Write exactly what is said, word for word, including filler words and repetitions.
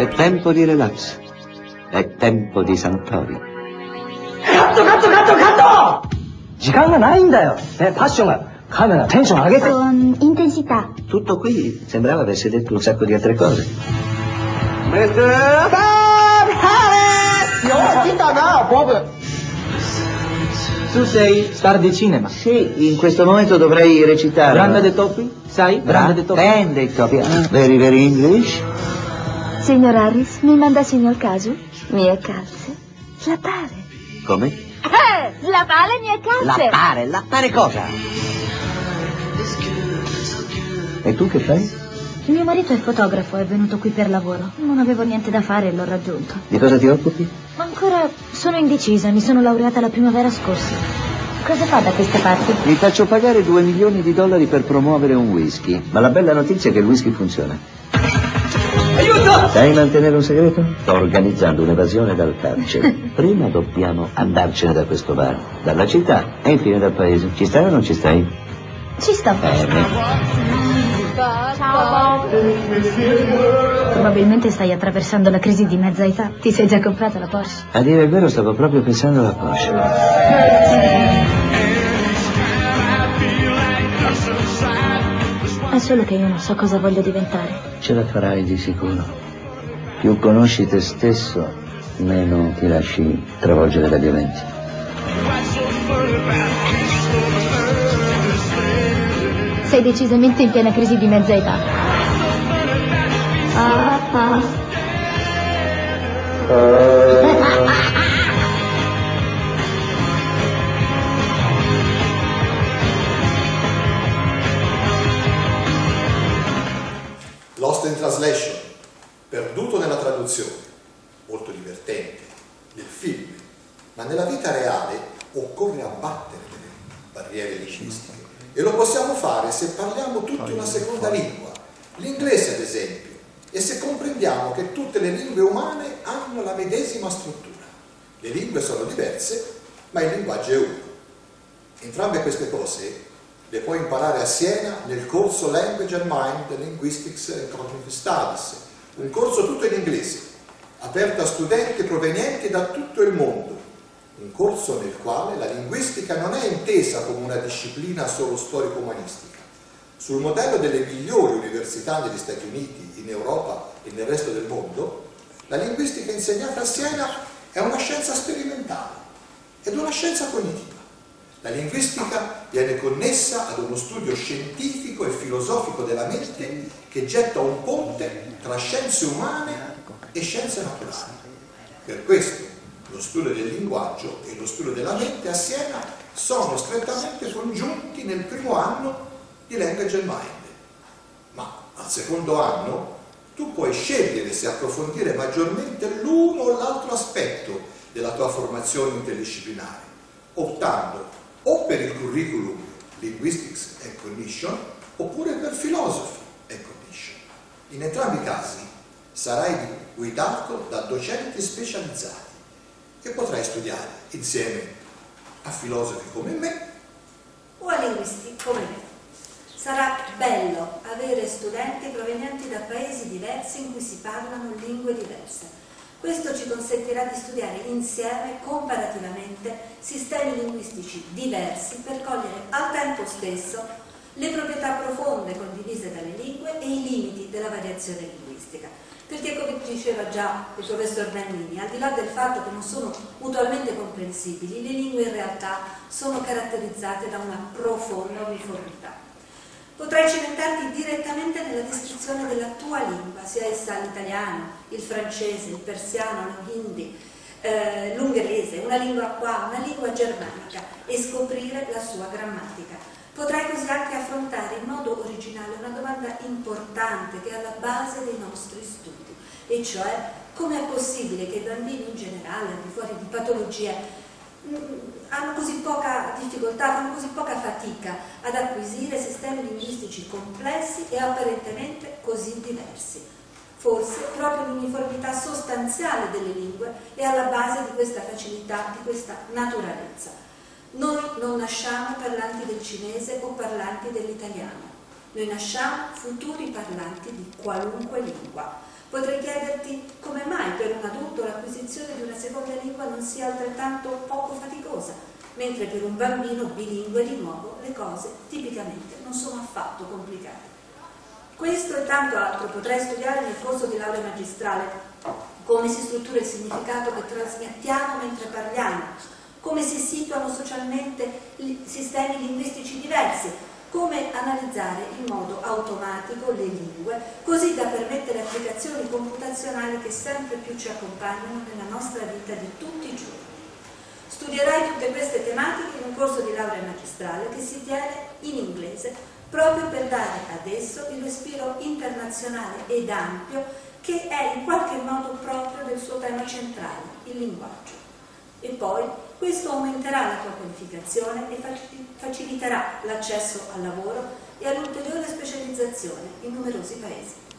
È tempo di relax. È tempo di santori. Cazzo, cazzo, cazzo, cazzo! 時間がないんだよ。ね、パッションがカメラテンション上げて。 Con intensità. Tutto qui sembrava avesse detto un sacco di altre cose. mister Bob Harris! Io, chita no, Bob. Tu sei star di cinema. Sì, in questo momento dovrei recitare. Branda de Topi? Sai? Branda de Topi. Ben de Topi. Ah, very, very English. Signor Harris, mi manda signor caso? Mie calze. Lappare. Come? Eh, lappare mie calze. Lappare, lappare cosa? E tu che fai? Mio marito è fotografo, è venuto qui per lavoro. Non avevo niente da fare e l'ho raggiunto. Di cosa ti occupi? Ma ancora sono indecisa, mi sono laureata la primavera scorsa. Cosa fa da queste parti? Mi faccio pagare due milioni di dollari per promuovere un whisky. Ma la bella notizia è che il whisky funziona. Aiuto! Sai mantenere un segreto? Sto organizzando un'evasione dal carcere. Prima dobbiamo andarcene da questo bar, dalla città e infine dal paese. Ci stai o non ci stai? Ci sto. Bene. Ciao. Probabilmente stai attraversando la crisi di mezza età. Ti sei già comprata la Porsche? A dire il vero stavo proprio pensando alla Porsche. È solo che io non so cosa voglio diventare. Ce la farai di sicuro. Più conosci te stesso, meno ti lasci travolgere dagli eventi. Sei decisamente in piena crisi di mezza età. Ah, ah. Lost in Translation, perduto nella traduzione, molto divertente, nel film, ma nella vita reale occorre abbattere le barriere linguistiche. E lo possiamo fare se parliamo tutti una seconda lingua, l'inglese ad esempio, e se comprendiamo che tutte le lingue umane hanno la medesima struttura. Le lingue sono diverse, ma il linguaggio è uno. Entrambe queste cose le puoi imparare a Siena nel corso Language and Mind, Linguistics and Cognitive Studies, un corso tutto in inglese, aperto a studenti provenienti da tutto il mondo. Un corso nel quale la linguistica non è intesa come una disciplina solo storico-umanistica. Sul modello delle migliori università negli Stati Uniti, in Europa e nel resto del mondo, la linguistica insegnata a Siena è una scienza sperimentale ed una scienza cognitiva. La linguistica viene connessa ad uno studio scientifico e filosofico della mente che getta un ponte tra scienze umane e scienze naturali. Per questo lo studio del linguaggio e lo studio della mente a Siena sono strettamente congiunti nel primo anno di Language and Mind. Ma al secondo anno tu puoi scegliere se approfondire maggiormente l'uno o l'altro aspetto della tua formazione interdisciplinare, optando o per il curriculum Linguistics and Cognition oppure per Philosophy and Cognition. In entrambi i casi sarai guidato da docenti specializzati e potrai studiare insieme a filosofi come me o a linguisti come me. Sarà bello avere studenti provenienti da paesi diversi in cui si parlano lingue diverse. Questo ci consentirà di studiare insieme, comparativamente, sistemi linguistici diversi per cogliere al tempo stesso le proprietà profonde condivise dalle lingue e i limiti della variazione linguistica. Perché, come diceva già il professor Nannini, al di là del fatto che non sono mutualmente comprensibili, le lingue in realtà sono caratterizzate da una profonda uniformità. Potrai cimentarti direttamente nella descrizione della tua lingua, sia essa l'italiano, il francese, il persiano, l'hindi, eh, l'ungherese, una lingua qua, una lingua germanica, e scoprire la sua grammatica. Potrai così anche affrontare in modo originale una domanda importante che è alla base dei nostri studi, e cioè come è possibile che i bambini in generale, al di fuori di patologie, mh, hanno così poca difficoltà, fanno così poca fatica ad acquisire sistemi linguistici complessi e apparentemente così diversi. Forse proprio l'uniformità sostanziale delle lingue è alla base di questa facilità, di questa naturalezza. Noi non nasciamo parlanti del cinese o parlanti dell'italiano, noi nasciamo futuri parlanti di qualunque lingua. Potrei chiederti come mai per un adulto l'acquisizione di una seconda lingua non sia altrettanto poco faticosa, mentre per un bambino bilingue di nuovo le cose tipicamente non sono affatto complicate. Questo e tanto altro potrai studiare nel corso di laurea magistrale, come si struttura il significato che trasmettiamo mentre parliamo, come si situano socialmente sistemi linguistici diversi, come analizzare in modo automatico le lingue, così da permettere applicazioni computazionali che sempre più ci accompagnano nella nostra vita di tutti i giorni. Studierai tutte queste tematiche in un corso di laurea magistrale che si tiene in inglese, proprio per dare ad esso il respiro internazionale ed ampio che è in qualche modo proprio del suo tema centrale, il linguaggio. E poi questo aumenterà la tua qualificazione e faciliterà l'accesso al lavoro e all'ulteriore specializzazione in numerosi paesi.